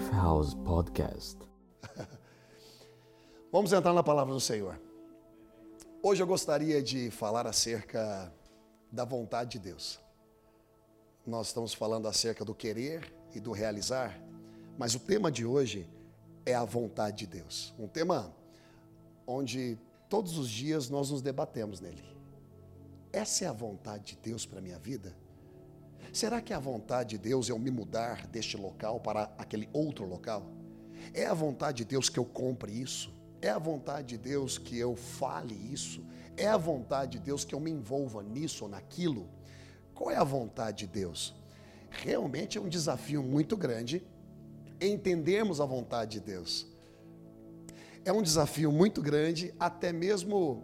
Lifehouse Podcast. Vamos entrar na palavra do Senhor. Hoje eu gostaria de falar acerca da vontade de Deus. Nós estamos falando acerca do querer e do realizar, mas o tema de hoje é a vontade de Deus. Um tema onde todos os dias nós nos debatemos nele. Essa é a vontade de Deus para a minha vida? Será que a vontade de Deus é eu me mudar deste local para aquele outro local? É a vontade de Deus que eu compre isso? É a vontade de Deus que eu fale isso? É a vontade de Deus que eu me envolva nisso ou naquilo? Qual é a vontade de Deus? Realmente é um desafio muito grande entendermos a vontade de Deus. É um desafio muito grande até mesmo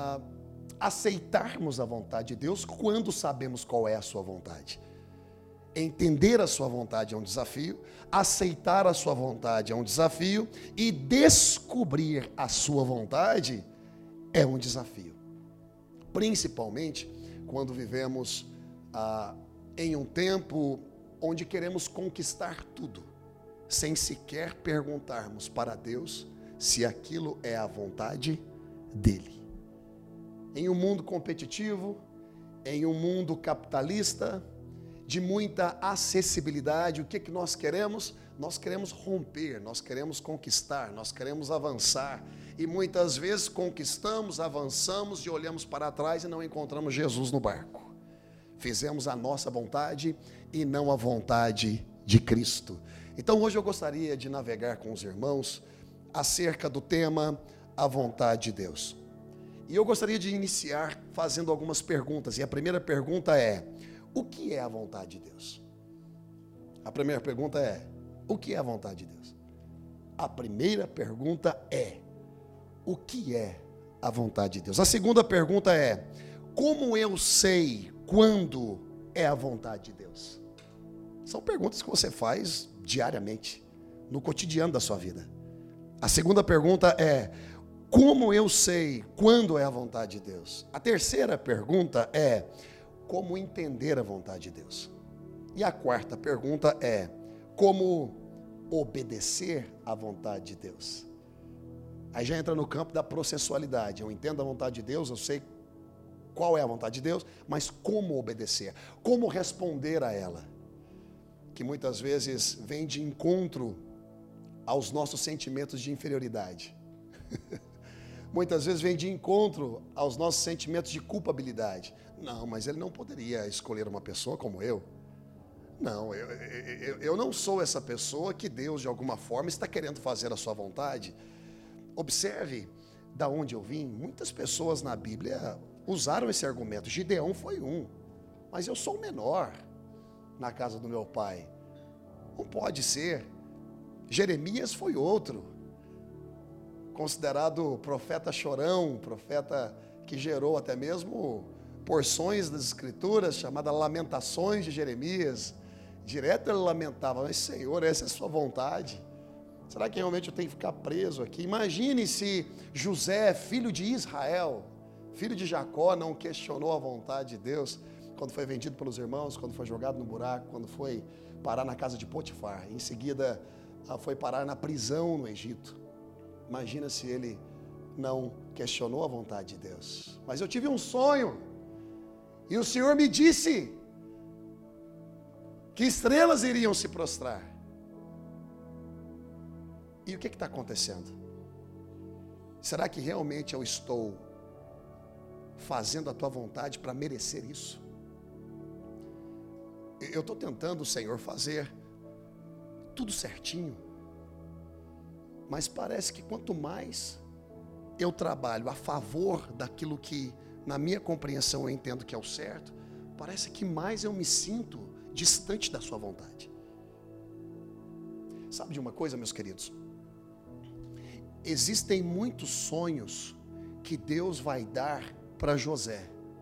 aceitarmos a vontade de Deus quando sabemos qual é a sua vontade. Entender a sua vontade é um desafio, aceitar a sua vontade é um desafio e descobrir a sua vontade é um desafio. Principalmente quando vivemos em um tempo onde queremos conquistar tudo, sem sequer perguntarmos para Deus se aquilo é a vontade dele. Em um mundo competitivo, em um mundo capitalista, de muita acessibilidade, o que nós queremos? Nós queremos romper, nós queremos conquistar, nós queremos avançar. E muitas vezes conquistamos, avançamos e olhamos para trás e não encontramos Jesus no barco. Fizemos a nossa vontade e não a vontade de Cristo. Então hoje eu gostaria de navegar com os irmãos acerca do tema a vontade de Deus. E eu gostaria de iniciar fazendo algumas perguntas. E a primeira pergunta é: o que é a vontade de Deus? A primeira pergunta é: o que é a vontade de Deus? A primeira pergunta é: o que é a vontade de Deus? A segunda pergunta é: como eu sei quando é a vontade de Deus? São perguntas que você faz diariamente, no cotidiano da sua vida. A segunda pergunta é: como eu sei quando é a vontade de Deus? A terceira pergunta é: como entender a vontade de Deus? E a quarta pergunta é: como obedecer à vontade de Deus? Aí já entra no campo da processualidade. Eu entendo a vontade de Deus, eu sei qual é a vontade de Deus, mas como obedecer? Como responder a ela? Que muitas vezes vem de encontro aos nossos sentimentos de inferioridade. Muitas vezes vem de encontro aos nossos sentimentos de culpabilidade. Não, mas ele não poderia escolher uma pessoa como eu. Não, eu não sou essa pessoa que Deus, de alguma forma, está querendo fazer a sua vontade. Observe da onde eu vim. Muitas pessoas na Bíblia usaram esse argumento. Gideão foi um, mas eu sou o menor na casa do meu pai. Não pode ser. Jeremias foi outro, considerado profeta chorão, profeta que gerou até mesmo porções das escrituras, chamadas Lamentações de Jeremias. Direto ele lamentava: mas Senhor, essa é a sua vontade? Será que realmente eu tenho que ficar preso aqui? Imagine se José, filho de Israel, filho de Jacó, não questionou a vontade de Deus quando foi vendido pelos irmãos, quando foi jogado no buraco, quando foi parar na casa de Potifar, em seguida foi parar na prisão no Egito. Imagina se ele não questionou a vontade de Deus. Mas eu tive um sonho, e o Senhor me disse que estrelas iriam se prostrar. E o que está acontecendo? Será que realmente eu estou fazendo a tua vontade para merecer isso? Eu estou tentando, Senhor, fazer tudo certinho, mas parece que quanto mais eu trabalho a favor daquilo que na minha compreensão eu entendo que é o certo, parece que mais eu me sinto distante da sua vontade. Sabe de uma coisa, meus queridos? Existem muitos sonhos que Deus vai dar para José,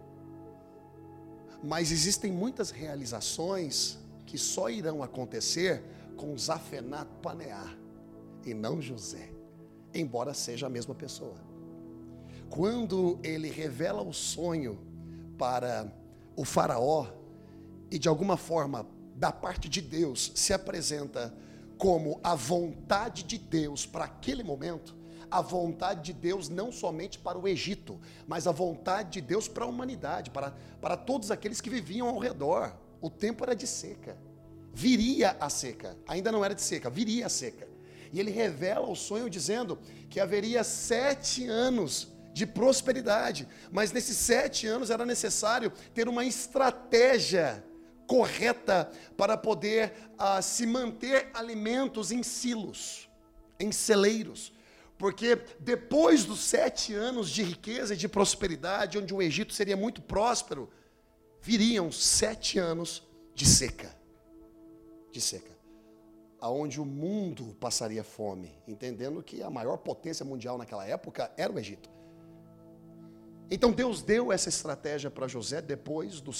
mas existem muitas realizações que só irão acontecer com Zafenat Paneá e não José, embora seja a mesma pessoa. Quando ele revela o sonho para o faraó e de alguma forma da parte de Deus se apresenta como a vontade de Deus para aquele momento, a vontade de Deus não somente para o Egito, mas a vontade de Deus para a humanidade, para todos aqueles que viviam ao redor. O tempo era de seca, viria a seca, ainda não era de seca, viria a seca. E ele revela o sonho dizendo que haveria 7 anos de prosperidade, mas nesses 7 anos era necessário ter uma estratégia correta para poder se manter alimentos em silos, em celeiros, porque depois dos 7 anos de riqueza e de prosperidade, onde o Egito seria muito próspero, viriam 7 anos de seca, aonde o mundo passaria fome, entendendo que a maior potência mundial naquela época era o Egito. Então Deus deu essa estratégia para José depois do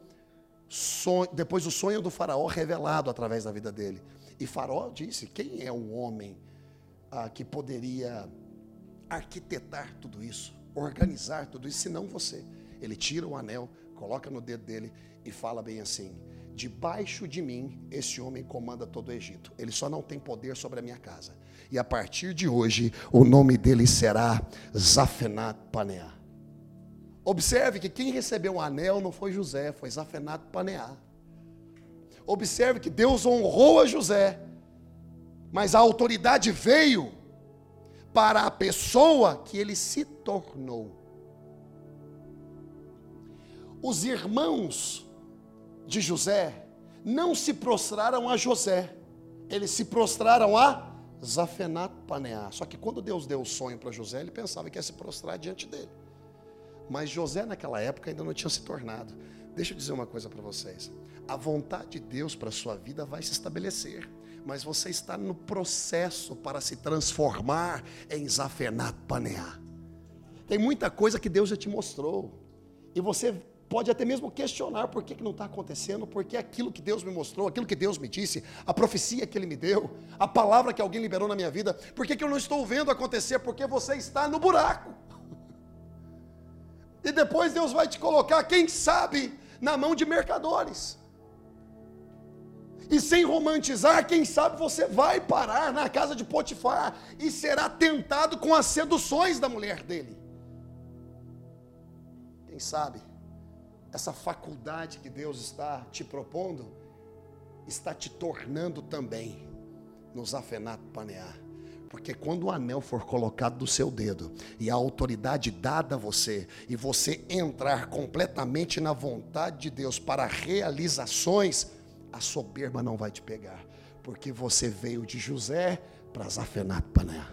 sonho do faraó revelado através da vida dele. E faraó disse: quem é o homem que poderia arquitetar tudo isso, organizar tudo isso, senão você? Ele tira o anel, coloca no dedo dele e fala bem assim: debaixo de mim esse homem comanda todo o Egito, ele só não tem poder sobre a minha casa, e a partir de hoje o nome dele será Zafenat-Paneá. Observe que quem recebeu o anel não foi José, foi Zafenat-Paneá. Observe que Deus honrou a José, mas a autoridade veio para a pessoa que ele se tornou. Os irmãos de José não se prostraram a José, eles se prostraram a Zafenat-Paneá. Só que quando Deus deu o sonho para José, ele pensava que ia se prostrar diante dele. Mas José naquela época ainda não tinha se tornado. Deixa eu dizer uma coisa para vocês. A vontade de Deus para a sua vida vai se estabelecer, mas você está no processo para se transformar em Zafenat-Paneá. Tem muita coisa que Deus já te mostrou, e você pode até mesmo questionar por que não está acontecendo, porque aquilo que Deus me mostrou, aquilo que Deus me disse, a profecia que Ele me deu, a palavra que alguém liberou na minha vida, por que eu não estou vendo acontecer? Porque você está no buraco. E depois Deus vai te colocar, quem sabe, na mão de mercadores. E sem romantizar, quem sabe você vai parar na casa de Potifar e será tentado com as seduções da mulher dele. Quem sabe, essa faculdade que Deus está te propondo, está te tornando também no Zafenat-Paneá. Porque quando o anel for colocado no seu dedo e a autoridade dada a você, e você entrar completamente na vontade de Deus para realizações, a soberba não vai te pegar, porque você veio de José para Zafenat-Paneá.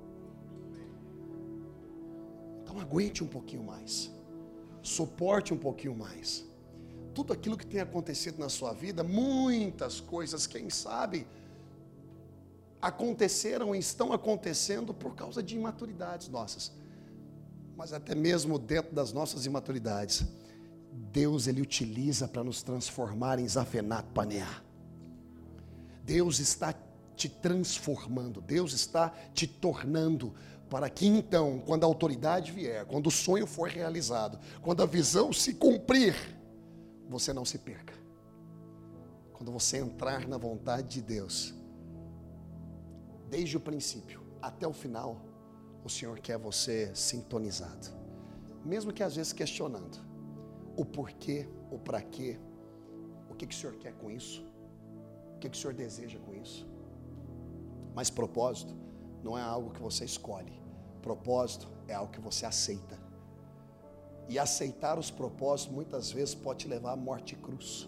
Então aguente um pouquinho mais, suporte um pouquinho mais. Tudo aquilo que tem acontecido na sua vida, muitas coisas, quem sabe, aconteceram e estão acontecendo por causa de imaturidades nossas. Mas até mesmo dentro das nossas imaturidades, Deus Ele utiliza para nos transformar em Zafenat-Paneá. Deus está te transformando, Deus está te tornando, para que então, quando a autoridade vier, quando o sonho for realizado, quando a visão se cumprir, você não se perca. Quando você entrar na vontade de Deus, desde o princípio até o final, o Senhor quer você sintonizado, mesmo que às vezes questionando o porquê, o para quê, o que o Senhor quer com isso, o que o Senhor deseja com isso. Mas propósito não é algo que você escolhe, propósito é algo que você aceita, e aceitar os propósitos muitas vezes pode te levar à morte e cruz.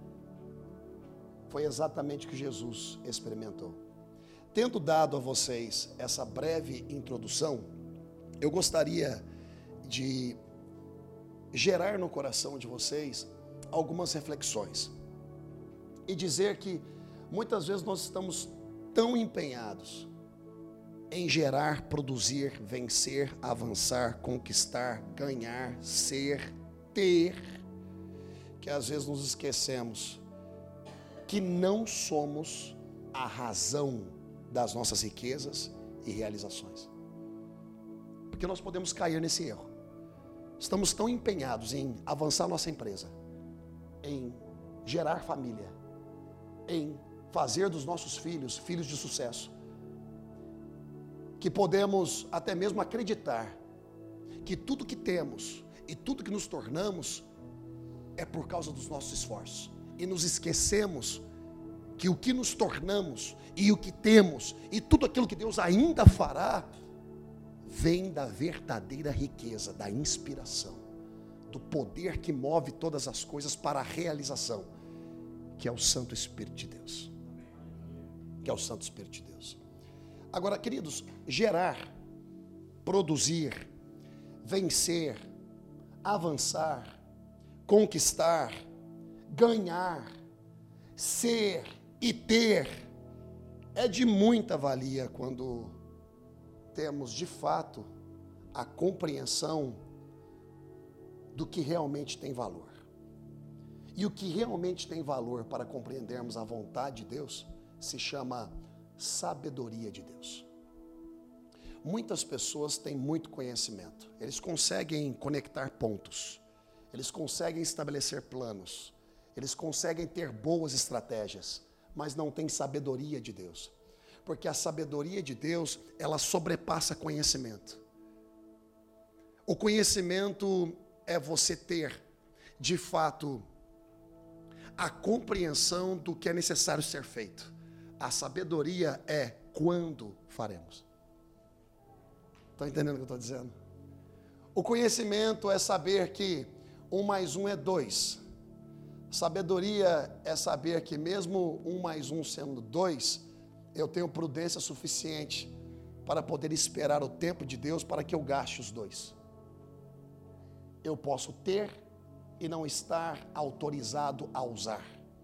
Foi exatamente o que Jesus experimentou. Tendo dado a vocês essa breve introdução, eu gostaria de gerar no coração de vocês algumas reflexões e dizer que muitas vezes nós estamos tão empenhados em gerar, produzir, vencer, avançar, conquistar, ganhar, ser, ter, que às vezes nos esquecemos que não somos a razão das nossas riquezas e realizações. Porque nós podemos cair nesse erro. Estamos tão empenhados em avançar nossa empresa, em gerar família, em fazer dos nossos filhos, filhos de sucesso. Que podemos até mesmo acreditar que tudo que temos e tudo que nos tornamos é por causa dos nossos esforços. E nos esquecemos que o que nos tornamos e o que temos e tudo aquilo que Deus ainda fará vem da verdadeira riqueza, da inspiração, do poder que move todas as coisas para a realização, que é o Santo Espírito de Deus. Que é o Santo Espírito de Deus. Agora, queridos, gerar, produzir, vencer, avançar, conquistar, ganhar, ser e ter, é de muita valia quando temos de fato a compreensão do que realmente tem valor. E o que realmente tem valor para compreendermos a vontade de Deus se chama sabedoria de Deus. Muitas pessoas têm muito conhecimento, eles conseguem conectar pontos, eles conseguem estabelecer planos, eles conseguem ter boas estratégias, mas não têm sabedoria de Deus. Porque a sabedoria de Deus, ela sobrepassa conhecimento. O conhecimento é você ter, de fato, a compreensão do que é necessário ser feito. A sabedoria é quando faremos. Estão entendendo o que eu estou dizendo? O conhecimento é saber que 1 mais 1 é 2. Sabedoria é saber que mesmo 1 mais 1 sendo 2, eu tenho prudência suficiente para poder esperar o tempo de Deus para que eu gaste os 2. Eu posso ter e não estar autorizado a usar.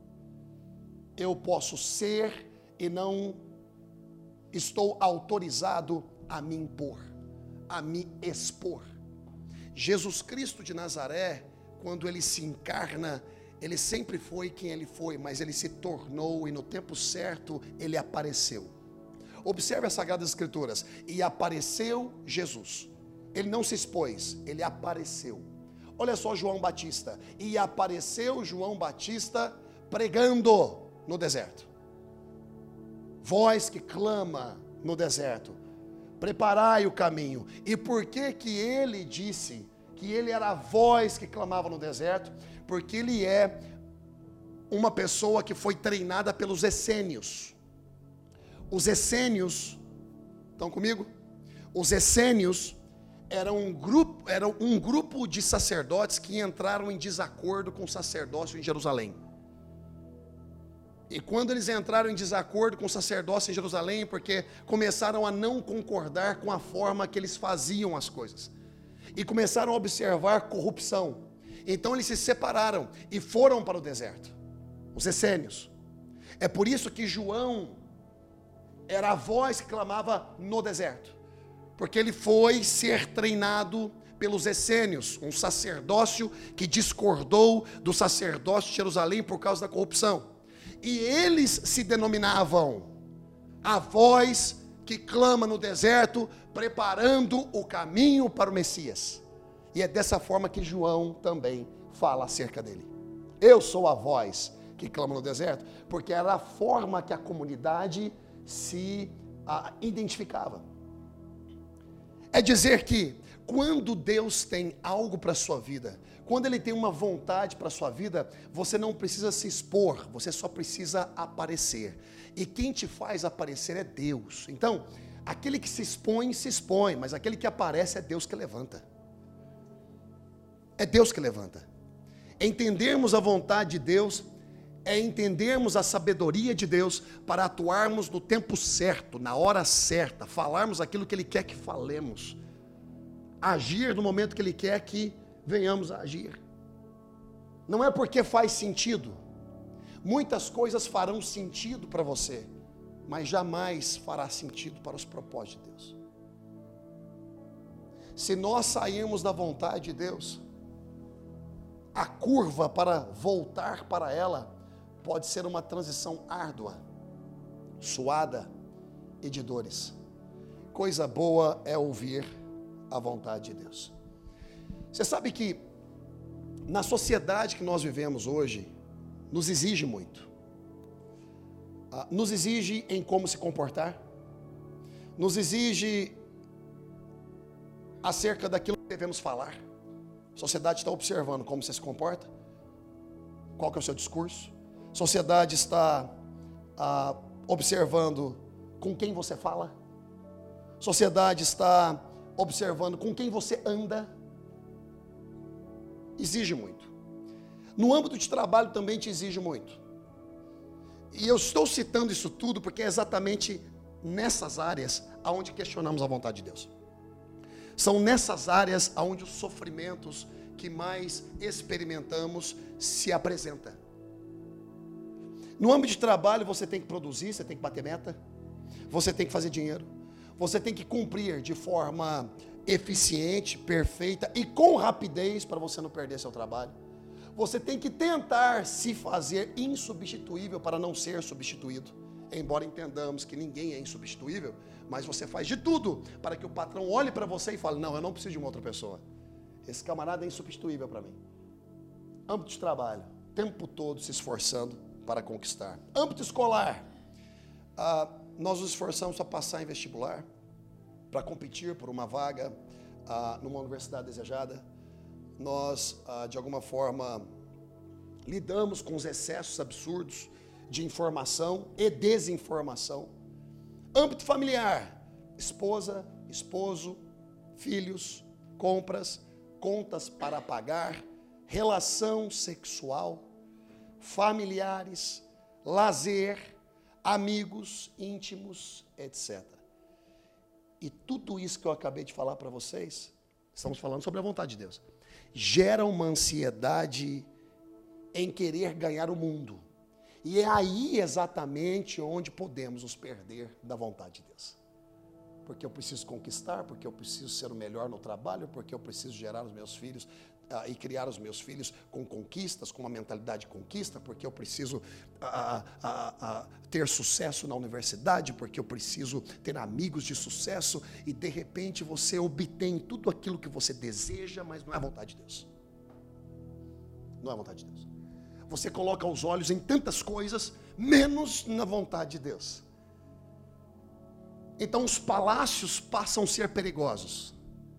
Eu posso ser e não estou autorizado a me impor, a me expor. Jesus Cristo de Nazaré, quando ele se encarna, ele sempre foi quem ele foi, mas ele se tornou e no tempo certo ele apareceu. Observe as Sagradas Escrituras. E apareceu Jesus. Ele não se expôs, ele apareceu. Olha só João Batista. E apareceu João Batista pregando no deserto. Voz que clama no deserto. Preparai o caminho. E por que ele disse que ele era a voz que clamava no deserto? Porque ele é uma pessoa que foi treinada pelos essênios. Os essênios, estão comigo? Os essênios eram um grupo de sacerdotes que entraram em desacordo com o sacerdócio em Jerusalém. E quando eles entraram em desacordo com o sacerdócio em Jerusalém, porque começaram a não concordar com a forma que eles faziam as coisas, e começaram a observar corrupção, então eles se separaram e foram para o deserto, os essênios. É por isso que João era a voz que clamava no deserto, porque ele foi ser treinado pelos essênios, um sacerdócio que discordou do sacerdócio de Jerusalém por causa da corrupção. E eles se denominavam a voz que clama no deserto, preparando o caminho para o Messias. E é dessa forma que João também fala acerca dele. Eu sou a voz que clama no deserto, porque era a forma que a comunidade se identificava. É dizer que quando Deus tem algo para a sua vida, quando Ele tem uma vontade para a sua vida, você não precisa se expor, você só precisa aparecer. E quem te faz aparecer é Deus. Então, aquele que se expõe, mas aquele que aparece é Deus que levanta. É Deus que levanta. Entendermos a vontade de Deus é entendermos a sabedoria de Deus para atuarmos no tempo certo, na hora certa, falarmos aquilo que Ele quer que falemos, agir no momento que Ele quer que venhamos a agir. Não é porque faz sentido. Muitas coisas farão sentido para você, mas jamais fará sentido para os propósitos de Deus. Se nós sairmos da vontade de Deus, a curva para voltar para ela pode ser uma transição árdua, suada e de dores. Coisa boa é ouvir a vontade de Deus. Você sabe que na sociedade que nós vivemos hoje, nos exige muito. nos exige em como se comportar, nos exige acerca daquilo que devemos falar. A sociedade está observando como você se comporta, qual que é o seu discurso. A sociedade está observando com quem você fala. A sociedade está observando com quem você anda. Exige muito. No âmbito de trabalho também te exige muito. E eu estou citando isso tudo porque é exatamente nessas áreas aonde questionamos a vontade de Deus. São nessas áreas aonde os sofrimentos que mais experimentamos se apresentam. No âmbito de trabalho você tem que produzir, você tem que bater meta, você tem que fazer dinheiro, você tem que cumprir de forma eficiente, perfeita e com rapidez para você não perder seu trabalho. Você tem que tentar se fazer insubstituível para não ser substituído. Embora entendamos que ninguém é insubstituível, mas você faz de tudo para que o patrão olhe para você e fale: não, eu não preciso de uma outra pessoa. Esse camarada é insubstituível para mim. Âmbito de trabalho, tempo todo se esforçando para conquistar. Âmbito escolar, nós nos esforçamos para passar em vestibular, para competir por uma vaga numa universidade desejada. Nós, de alguma forma, lidamos com os excessos absurdos de informação e desinformação. Âmbito familiar, esposa, esposo, filhos, compras, contas para pagar, relação sexual, familiares, lazer, amigos íntimos, etc. E tudo isso que eu acabei de falar para vocês, estamos falando sobre a vontade de Deus, gera uma ansiedade em querer ganhar o mundo. E é aí exatamente onde podemos nos perder da vontade de Deus. Porque eu preciso conquistar, porque eu preciso ser o melhor no trabalho, porque eu preciso gerar os meus filhos e criar os meus filhos com conquistas, com uma mentalidade de conquista, porque eu preciso ter sucesso na universidade, porque eu preciso ter amigos de sucesso, e de repente você obtém tudo aquilo que você deseja, mas não é a vontade de Deus. Não é a vontade de Deus. Você coloca os olhos em tantas coisas, menos na vontade de Deus. Então os palácios passam a ser perigosos.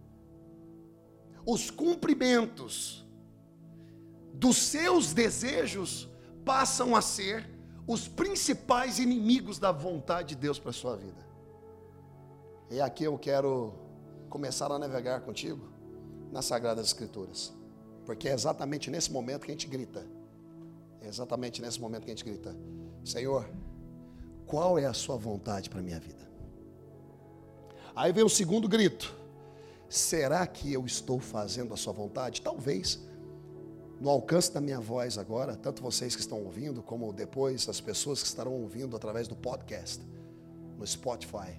Os cumprimentos dos seus desejos passam a ser os principais inimigos da vontade de Deus para a sua vida. E aqui eu quero começar a navegar contigo nas Sagradas Escrituras, porque é exatamente nesse momento que a gente grita. É exatamente nesse momento que a gente grita: Senhor, qual é a sua vontade para a minha vida? Aí vem o segundo grito: será que eu estou fazendo a sua vontade? Talvez, no alcance da minha voz agora, tanto vocês que estão ouvindo, como depois as pessoas que estarão ouvindo através do podcast, no Spotify,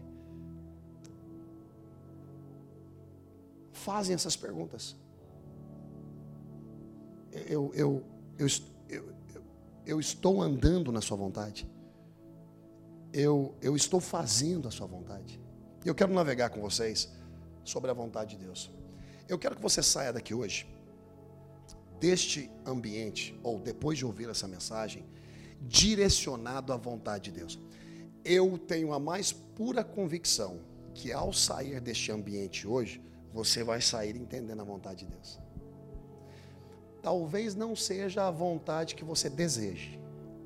fazem essas perguntas. Eu estou andando na sua vontade? Eu estou fazendo a sua vontade? Eu quero navegar com vocês sobre a vontade de Deus. Eu quero que você saia daqui hoje, deste ambiente, ou depois de ouvir essa mensagem, direcionado à vontade de Deus. Eu tenho a mais pura convicção que ao sair deste ambiente hoje, você vai sair entendendo a vontade de Deus. Talvez não seja a vontade que você deseje,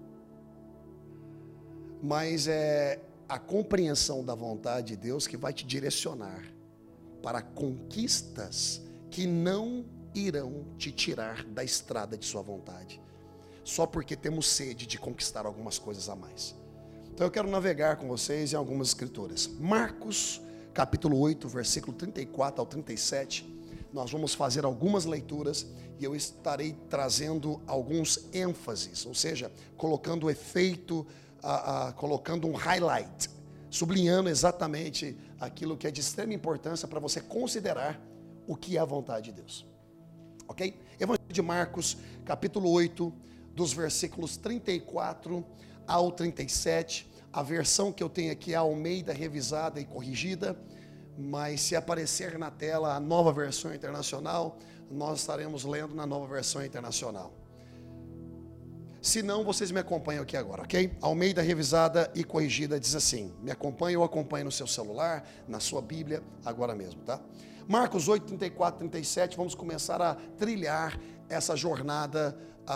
mas é a compreensão da vontade de Deus que vai te direcionar para conquistas que não irão te tirar da estrada de sua vontade, só porque temos sede de conquistar algumas coisas a mais. Então eu quero navegar com vocês em algumas escrituras. Marcos, capítulo 8, versículo 34 ao 37, nós vamos fazer algumas leituras e eu estarei trazendo alguns ênfases, ou seja, colocando efeito, colocando um highlight, sublinhando exatamente aquilo que é de extrema importância para você considerar o que é a vontade de Deus. Ok? Evangelho de Marcos, capítulo 8, dos versículos 34 ao 37. A versão que eu tenho aqui é a Almeida revisada e corrigida, mas se aparecer na tela a nova versão internacional, nós estaremos lendo na nova versão internacional. Se não, vocês me acompanham aqui agora, ok? Almeida Revisada e Corrigida diz assim. Me acompanha ou acompanha no seu celular, na sua Bíblia, agora mesmo, tá? Marcos 8, 34, 37, vamos começar a trilhar essa jornada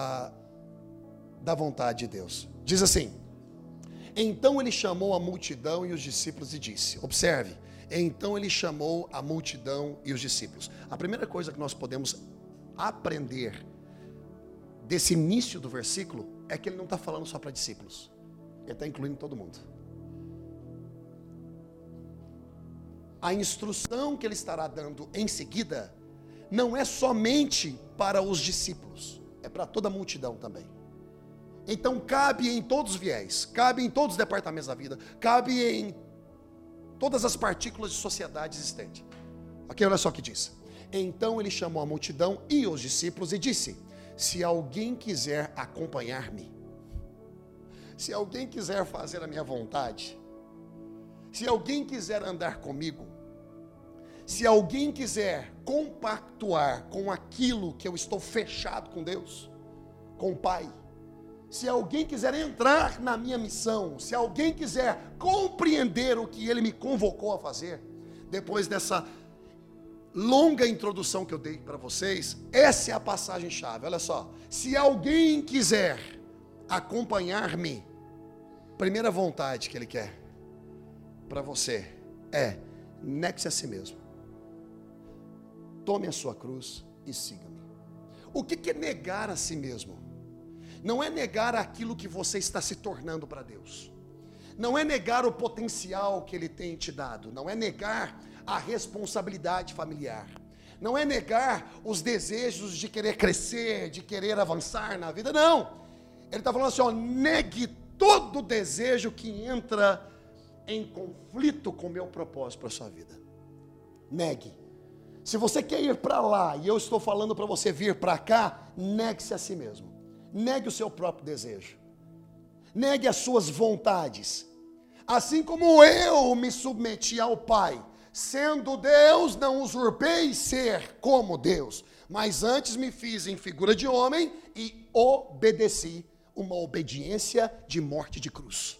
da vontade de Deus. Diz assim: então ele chamou a multidão e os discípulos e disse, observe, então ele chamou a multidão e os discípulos. A primeira coisa que nós podemos aprender desse início do versículo é que ele não está falando só para discípulos, ele está incluindo todo mundo. A instrução que ele estará dando em seguida não é somente para os discípulos, é para toda a multidão também. Então cabe em todos os viés, cabe em todos os departamentos da vida, cabe em todas as partículas de sociedade existente. Ok, olha só o que diz. Então ele chamou a multidão e os discípulos e disse: se alguém quiser acompanhar-me, se alguém quiser fazer a minha vontade, se alguém quiser andar comigo, se alguém quiser compactuar com aquilo que eu estou fechado com Deus, com o Pai, se alguém quiser entrar na minha missão, se alguém quiser compreender o que Ele me convocou a fazer, depois dessa longa introdução que eu dei para vocês, essa é a passagem-chave. Olha só, se alguém quiser acompanhar-me, primeira vontade que Ele quer para você é: negue-se a si mesmo, tome a sua cruz e siga-me. O que é negar a si mesmo? Não é negar aquilo que você está se tornando para Deus, não é negar o potencial que Ele tem te dado, não é negar a responsabilidade familiar, não é negar os desejos de querer crescer, de querer avançar na vida, não. Ele está falando assim, ó, negue todo desejo que entra em conflito com o meu propósito para a sua vida. Negue. Se você quer ir para lá e eu estou falando para você vir para cá, negue-se a si mesmo. Negue o seu próprio desejo. Negue as suas vontades. Assim como eu me submeti ao Pai, sendo Deus, não usurpei ser como Deus, mas antes me fiz em figura de homem e obedeci, uma obediência de morte de cruz.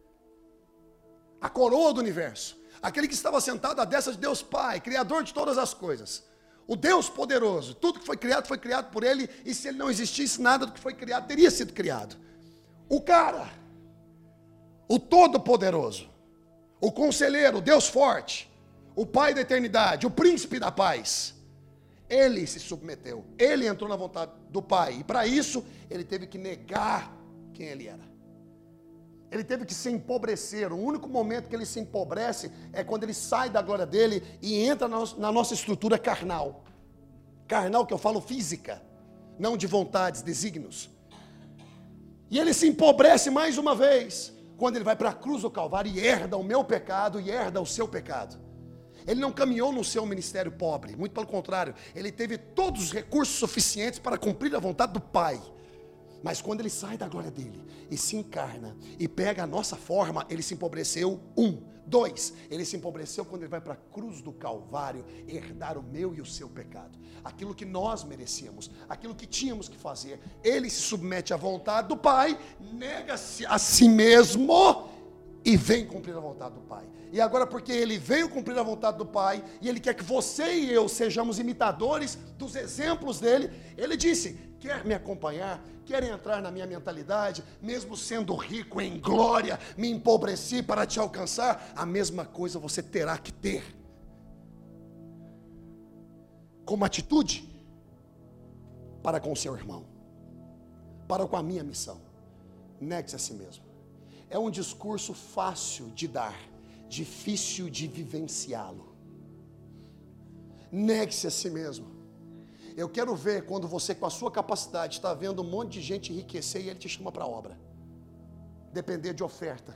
A coroa do universo, aquele que estava sentado à destra de Deus Pai, Criador de todas as coisas, o Deus poderoso, tudo que foi criado por Ele, e se Ele não existisse, nada do que foi criado teria sido criado. O cara, o Todo-Poderoso, o Conselheiro, o Deus Forte, o Pai da Eternidade, o Príncipe da Paz, Ele se submeteu, Ele entrou na vontade do Pai, e para isso, Ele teve que negar quem Ele era. Ele teve que se empobrecer. O único momento que Ele se empobrece é quando Ele sai da glória dEle e entra na nossa estrutura carnal. Carnal que eu falo física, não de vontades, desígnios. E Ele se empobrece mais uma vez, quando Ele vai para a cruz do Calvário e herda o meu pecado e herda o seu pecado. Ele não caminhou no seu ministério pobre, muito pelo contrário, Ele teve todos os recursos suficientes para cumprir a vontade do Pai. Mas quando Ele sai da glória dEle e se encarna e pega a nossa forma, Ele se empobreceu. 2, Ele se empobreceu quando Ele vai para a cruz do Calvário herdar o meu e o seu pecado. Aquilo que nós merecíamos, aquilo que tínhamos que fazer. Ele se submete à vontade do Pai, nega-se a si mesmo e vem cumprir a vontade do Pai. E agora, porque Ele veio cumprir a vontade do Pai, e Ele quer que você e eu sejamos imitadores dos exemplos dEle, Ele disse: quer me acompanhar, quer entrar na minha mentalidade, mesmo sendo rico em glória, me empobreci para te alcançar, a mesma coisa você terá que ter. Como atitude, para com o seu irmão, para com a minha missão. Negue-se a si mesmo. É um discurso fácil de dar, difícil de vivenciá-lo. Negue-se a si mesmo. Eu quero ver quando você, com a sua capacidade, está vendo um monte de gente enriquecer e Ele te chama para a obra. Depender de oferta.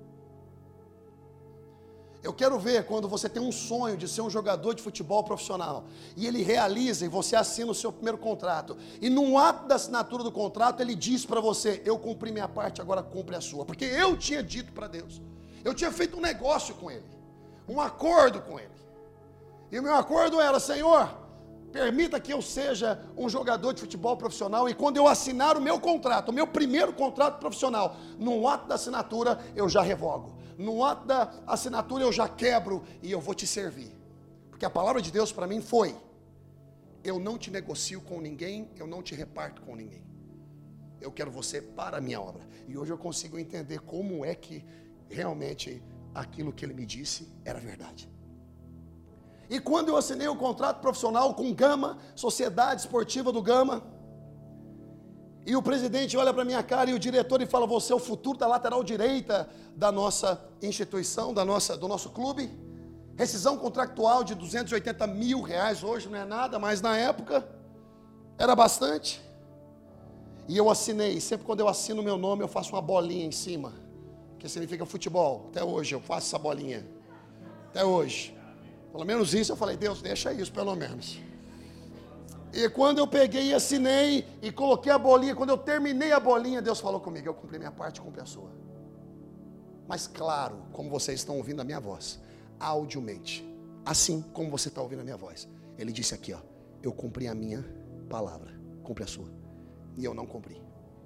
Eu quero ver quando você tem um sonho de ser um jogador de futebol profissional e Ele realiza e você assina o seu primeiro contrato. E no ato da assinatura do contrato Ele diz para você: eu cumpri minha parte, agora cumpre a sua. Porque eu tinha dito para Deus, eu tinha feito um negócio com Ele, um acordo com Ele. E o meu acordo era: Senhor, Permita que eu seja um jogador de futebol profissional e quando eu assinar o meu contrato, o meu primeiro contrato profissional, no ato da assinatura eu já revogo. No ato da assinatura eu já quebro e eu vou te servir. Porque a palavra de Deus para mim foi: eu não te negocio com ninguém, eu não te reparto com ninguém. Eu quero você para a minha obra. E hoje eu consigo entender como é que realmente aquilo que ele me disse era verdade. E quando eu assinei o contrato profissional com Gama, Sociedade Esportiva do Gama, e o presidente olha para a minha cara e o diretor e fala: você é o futuro da lateral direita da nossa instituição, do nosso clube. Rescisão contractual de R$280 mil, hoje não é nada, mas na época era bastante. E eu assinei, sempre quando eu assino o meu nome eu faço uma bolinha em cima, que significa futebol. Até hoje eu faço essa bolinha, até hoje. Pelo menos isso eu falei: Deus, deixa isso pelo menos. E quando eu peguei e assinei e coloquei a bolinha, quando eu terminei a bolinha, Deus falou comigo: eu cumpri minha parte, cumpri a sua. Mas claro, como vocês estão ouvindo a minha voz, audivelmente, assim como você está ouvindo a minha voz, ele disse aqui, ó: eu cumpri a minha palavra, cumpri a sua. E eu não cumpri.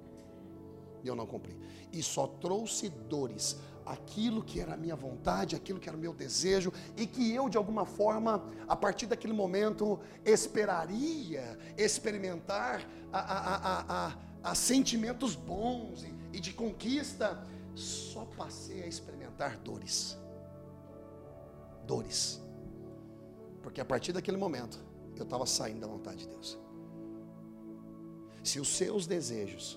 E só trouxe dores, aquilo que era a minha vontade, aquilo que era o meu desejo, e que eu de alguma forma, a partir daquele momento, esperaria experimentar a sentimentos bons e de conquista. Só passei a experimentar dores. Porque a partir daquele momento eu estava saindo da vontade de Deus. Se os seus desejos,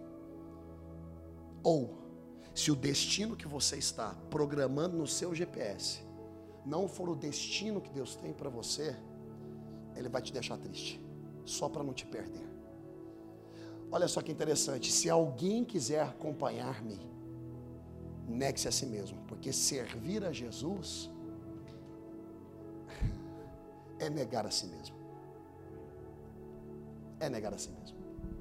ou se o destino que você está programando no seu GPS não for o destino que Deus tem para você, ele vai te deixar triste, só para não te perder. Olha só que interessante: se alguém quiser acompanhar-me, negue-se a si mesmo, porque servir a Jesus é negar a si mesmo. É negar a si mesmo.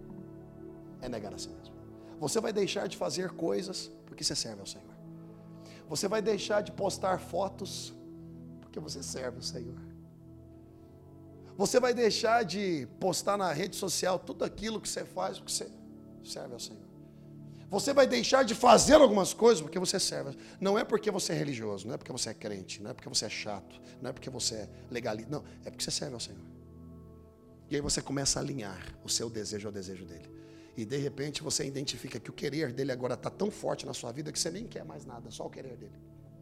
Você vai deixar de fazer coisas porque você serve ao Senhor. Você vai deixar de postar fotos porque você serve ao Senhor. Você vai deixar de postar na rede social tudo aquilo que você faz porque você serve ao Senhor. Você vai deixar de fazer algumas coisas porque você serve. Não é porque você é religioso, não é porque você é crente, não é porque você é chato, não é porque você é legalista, não, é porque você serve ao Senhor. E aí você começa a alinhar o seu desejo ao desejo dele. E de repente você identifica que o querer dele agora está tão forte na sua vida que você nem quer mais nada, só o querer dele.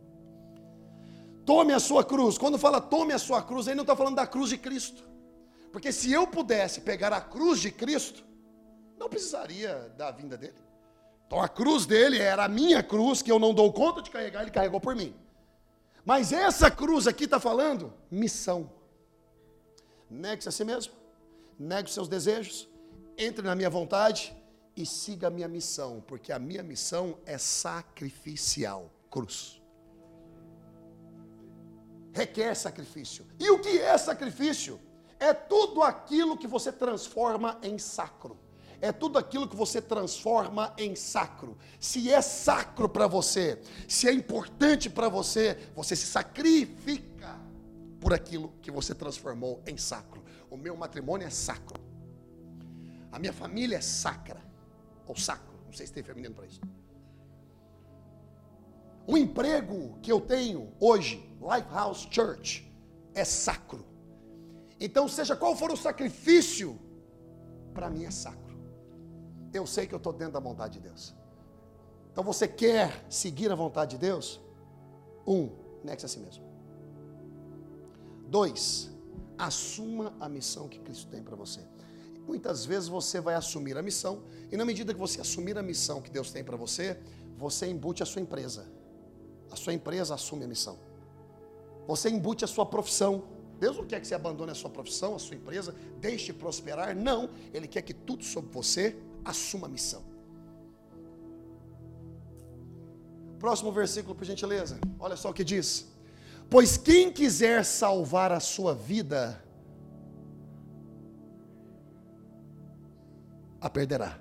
Tome a sua cruz. Quando fala tome a sua cruz, ele não está falando da cruz de Cristo. Porque se eu pudesse pegar a cruz de Cristo, não precisaria da vinda dele. Então a cruz dele era a minha cruz, que eu não dou conta de carregar, ele carregou por mim. Mas essa cruz aqui está falando missão. Negue-se a si mesmo, negue os seus desejos, entre na minha vontade e siga a minha missão, porque a minha missão é sacrificial. Cruz requer sacrifício. E o que é sacrifício? É tudo aquilo que você transforma em sacro. É tudo aquilo que você transforma em sacro. Se é sacro para você, se é importante para você, você se sacrifica por aquilo que você transformou em sacro. O meu matrimônio é sacro. A minha família é sacra, ou sacro, não sei se tem feminino para isso. O emprego que eu tenho hoje, Lifehouse Church, é sacro. Então, seja qual for o sacrifício, para mim é sacro. Eu sei que eu estou dentro da vontade de Deus. Então, você quer seguir a vontade de Deus? 1, negue-se a si mesmo. 2, assuma a missão que Cristo tem para você. Muitas vezes você vai assumir a missão, e na medida que você assumir a missão que Deus tem para você, você embute a sua empresa. A sua empresa assume a missão. Você embute a sua profissão. Deus não quer que você abandone a sua profissão, a sua empresa, deixe prosperar. Não, Ele quer que tudo sobre você assuma a missão. Próximo versículo, por gentileza. Olha só o que diz. Pois quem quiser salvar a sua vida, a perderá.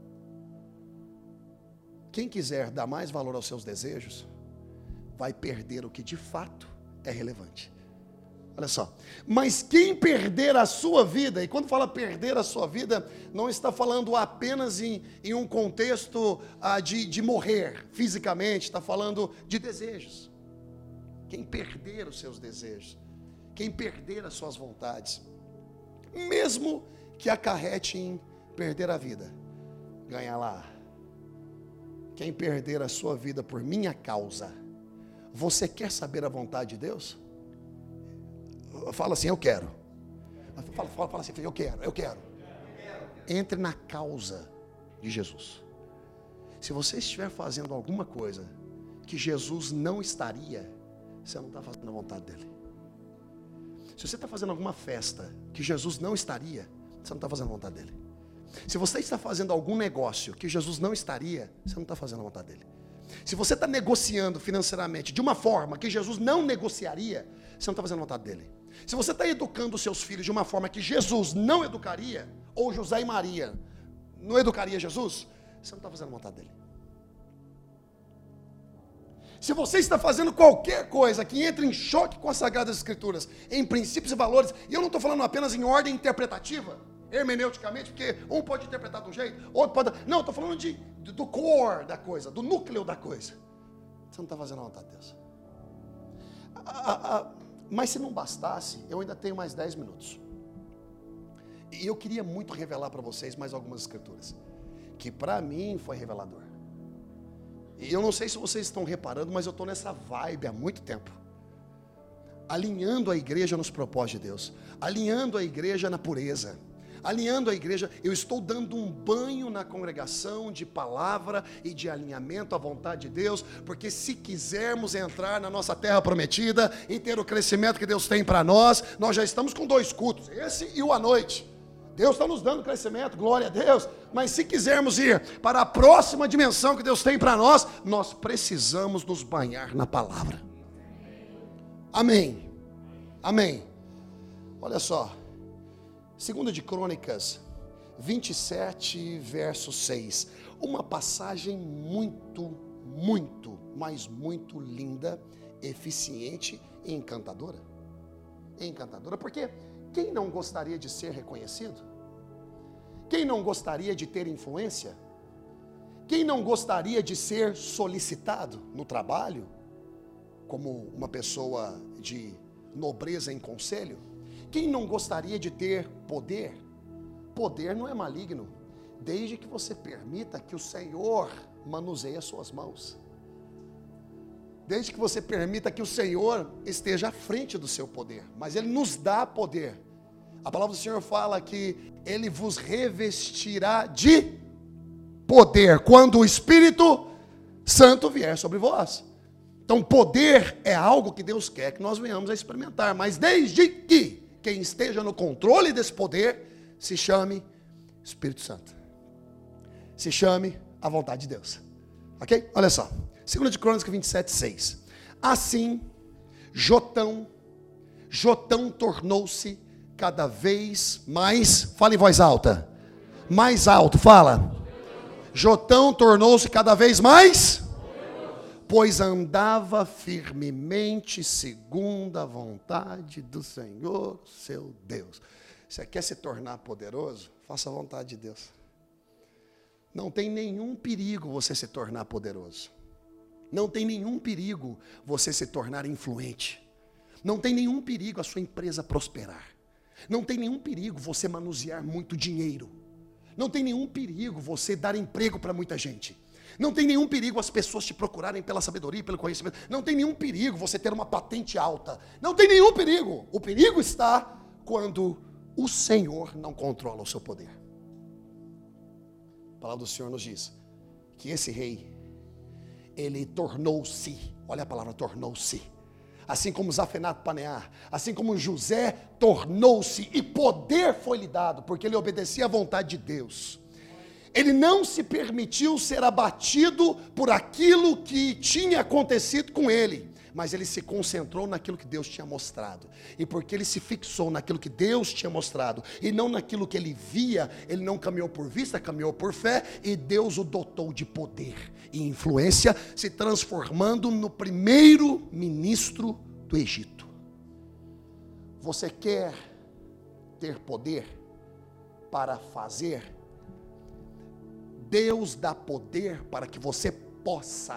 Quem quiser dar mais valor aos seus desejos, vai perder o que de fato é relevante. Olha só. Mas quem perder a sua vida, e quando fala perder a sua vida, não está falando apenas em um contexto de morrer fisicamente, está falando de desejos. Quem perder os seus desejos, quem perder as suas vontades, mesmo que acarrete em perder a vida, ganha lá. Quem perder a sua vida por minha causa, você quer saber a vontade de Deus? Fala assim, eu quero. Fala assim, eu quero. Entre na causa de Jesus. Se você estiver fazendo alguma coisa que Jesus não estaria, você não está fazendo a vontade dele. Se você está fazendo alguma festa que Jesus não estaria, você não está fazendo a vontade dele. Se você está fazendo algum negócio que Jesus não estaria, você não está fazendo a vontade dele. Se você está negociando financeiramente de uma forma que Jesus não negociaria, você não está fazendo a vontade dele. Se você está educando os seus filhos de uma forma que Jesus não educaria, ou José e Maria não educaria Jesus, você não está fazendo a vontade dele. Se você está fazendo qualquer coisa que entre em choque com as Sagradas Escrituras, em princípios e valores, e eu não estou falando apenas em ordem interpretativa, hermeneuticamente, porque um pode interpretar de um jeito, outro pode... Não, eu estou falando do core da coisa, do núcleo da coisa. Você não está fazendo a vontade de Deus. Mas se não bastasse, eu ainda tenho mais 10 minutos. E eu queria muito revelar para vocês mais algumas escrituras, que para mim foi revelador. E eu não sei se vocês estão reparando, mas eu estou nessa vibe há muito tempo. Alinhando a igreja nos propósitos de Deus. Alinhando a igreja na pureza. Alinhando a igreja, eu estou dando um banho na congregação de palavra e de alinhamento à vontade de Deus, porque se quisermos entrar na nossa terra prometida e ter o crescimento que Deus tem para nós, nós já estamos com 2 cultos, esse e o à noite. Deus está nos dando crescimento, glória a Deus, mas se quisermos ir para a próxima dimensão que Deus tem para nós, nós precisamos nos banhar na palavra. Amém. Amém. Olha só. 2 de Crônicas 27, verso 6. Uma passagem muito, mas muito linda, eficiente e encantadora. Encantadora, porque quem não gostaria de ser reconhecido? Quem não gostaria de ter influência? Quem não gostaria de ser solicitado no trabalho, como uma pessoa de nobreza em conselho? Quem não gostaria de ter poder? Poder não é maligno, desde que você permita que o Senhor manuseie as suas mãos. Desde que você permita que o Senhor esteja à frente do seu poder. Mas Ele nos dá poder. A palavra do Senhor fala que Ele vos revestirá de poder quando o Espírito Santo vier sobre vós. Então poder é algo que Deus quer que nós venhamos a experimentar. Mas desde que quem esteja no controle desse poder se chame Espírito Santo. Se chame a vontade de Deus. Ok? Olha só. 2 de Crônicas 27, 6. Assim, Jotão tornou-se cada vez mais, fala em voz alta, mais alto, fala. Jotão tornou-se cada vez mais, pois andava firmemente segundo a vontade do Senhor, seu Deus. Você quer se tornar poderoso? Faça a vontade de Deus. Não tem nenhum perigo você se tornar poderoso. Não tem nenhum perigo você se tornar influente. Não tem nenhum perigo a sua empresa prosperar. Não tem nenhum perigo você manusear muito dinheiro. Não tem nenhum perigo você dar emprego para muita gente. Não tem nenhum perigo as pessoas te procurarem pela sabedoria e pelo conhecimento. Não tem nenhum perigo você ter uma patente alta. Não tem nenhum perigo. O perigo está quando o Senhor não controla o seu poder. A palavra do Senhor nos diz que esse rei, ele tornou-se, olha a palavra tornou-se, assim como Zafenat Panear, assim como José tornou-se, e poder foi-lhe dado, porque ele obedecia à vontade de Deus. Ele não se permitiu ser abatido por aquilo que tinha acontecido com ele, mas ele se concentrou naquilo que Deus tinha mostrado. E porque ele se fixou naquilo que Deus tinha mostrado, e não naquilo que ele via, ele não caminhou por vista, caminhou por fé, e Deus o dotou de poder e influência, se transformando no primeiro ministro do Egito. Você quer ter poder para fazer? Deus dá poder para que você possa.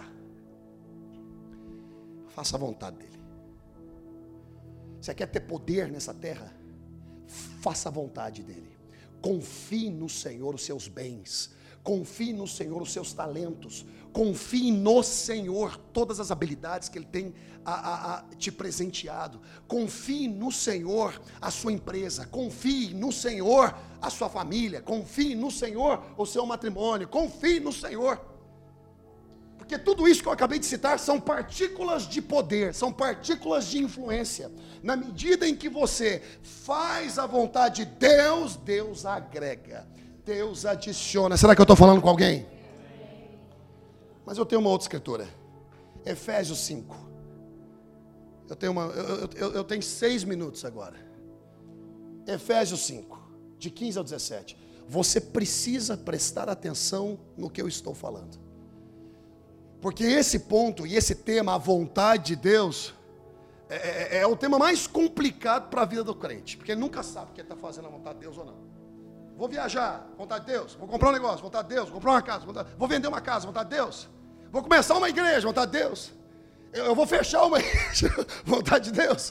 Faça a vontade dele. Você quer ter poder nessa terra? Faça a vontade dele. Confie no Senhor os seus bens. Confie no Senhor os seus talentos. Confie no Senhor todas as habilidades que Ele tem te presenteado. Confie no Senhor a sua empresa. Confie no Senhor a sua família. Confie no Senhor o seu matrimônio. Confie no Senhor. Porque tudo isso que eu acabei de citar são partículas de poder, são partículas de influência. Na medida em que você faz a vontade de Deus, Deus agrega, Deus adiciona. Será que eu estou falando com alguém? Mas eu tenho uma outra escritura. Efésios 5. Eu tenho 6 minutos agora. Efésios 5, de 15 ao 17. Você precisa prestar atenção no que eu estou falando. Porque esse ponto e esse tema, a vontade de Deus, é o tema mais complicado para a vida do crente. Porque ele nunca sabe que ele está fazendo a vontade de Deus ou não. Vou viajar, vontade de Deus. Vou comprar um negócio, vontade de Deus. Vou comprar uma casa, vou vender uma casa, vontade de Deus. Vou começar uma igreja, vontade de Deus. Eu vou fechar uma igreja, vontade de Deus.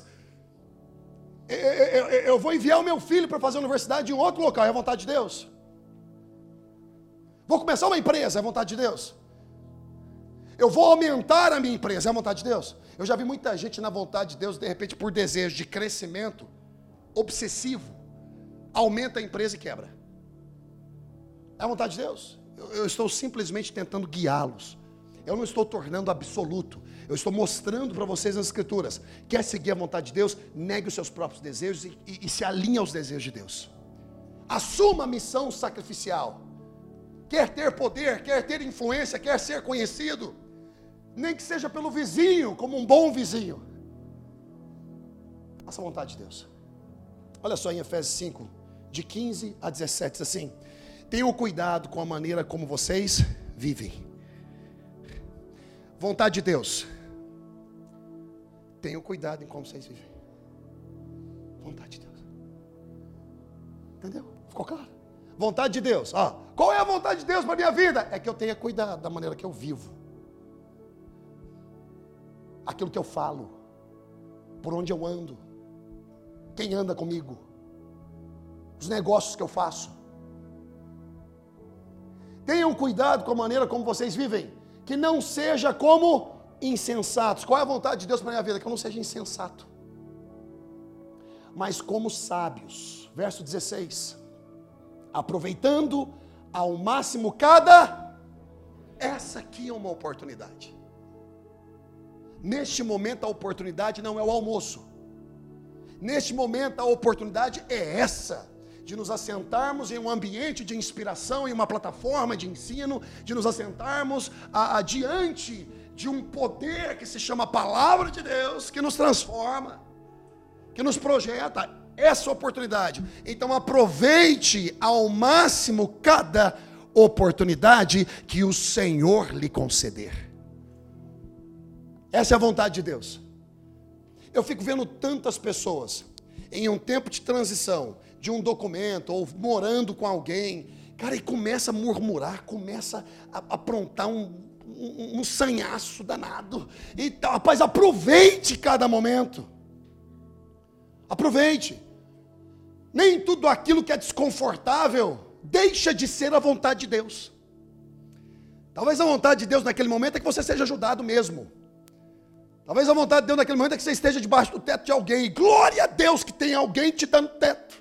Eu vou enviar o meu filho para fazer a universidade em outro local, é a vontade de Deus. Vou começar uma empresa, é a vontade de Deus. Eu vou aumentar a minha empresa, é a vontade de Deus. Eu já vi muita gente na vontade de Deus, de repente, por desejo de crescimento obsessivo, aumenta a empresa e quebra. É a vontade de Deus. Eu estou simplesmente tentando guiá-los. Eu não estou tornando absoluto. Eu estou mostrando para vocês nas Escrituras. Quer seguir a vontade de Deus? Negue os seus próprios desejos e se alinhe aos desejos de Deus. Assuma a missão sacrificial. Quer ter poder, quer ter influência, quer ser conhecido, nem que seja pelo vizinho, como um bom vizinho. Faça a vontade de Deus. Olha só em Efésios 5, de 15 a 17, diz assim: tenham cuidado com a maneira como vocês vivem. Vontade de Deus. Tenham cuidado em como vocês vivem. Vontade de Deus. Entendeu? Ficou claro? Vontade de Deus. Qual é a vontade de Deus para a minha vida? É que eu tenha cuidado da maneira que eu vivo. Aquilo que eu falo. Por onde eu ando. Quem anda comigo. Os negócios que eu faço. Tenham cuidado com a maneira como vocês vivem. Que não seja como insensatos. Qual é a vontade de Deus para a minha vida? Que eu não seja insensato. Mas como sábios. Verso 16. Aproveitando ao máximo cada... Essa aqui é uma oportunidade. Neste momento a oportunidade não é o almoço. Neste momento a oportunidade é essa. De nos assentarmos em um ambiente de inspiração, em uma plataforma de ensino, de nos assentarmos diante de um poder que se chama Palavra de Deus, que nos transforma, que nos projeta. Essa oportunidade. Então aproveite ao máximo cada oportunidade que o Senhor lhe conceder. Essa é a vontade de Deus. Eu fico vendo tantas pessoas em um tempo de transição de um documento ou morando com alguém, cara, e começa a murmurar, começa a aprontar um sanhaço danado. E rapaz, aproveite cada momento. Aproveite. Nem tudo aquilo que é desconfortável deixa de ser a vontade de Deus. Talvez a vontade de Deus naquele momento é que você seja ajudado mesmo. Talvez a vontade de Deus naquele momento é que você esteja debaixo do teto de alguém. Glória a Deus que tem alguém te dando teto.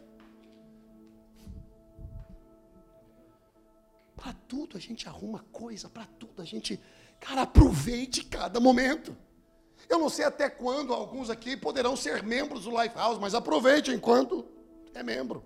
Para tudo a gente arruma coisa, para tudo a gente... Cara, aproveite cada momento. Eu não sei até quando alguns aqui poderão ser membros do Lifehouse, mas aproveite enquanto é membro.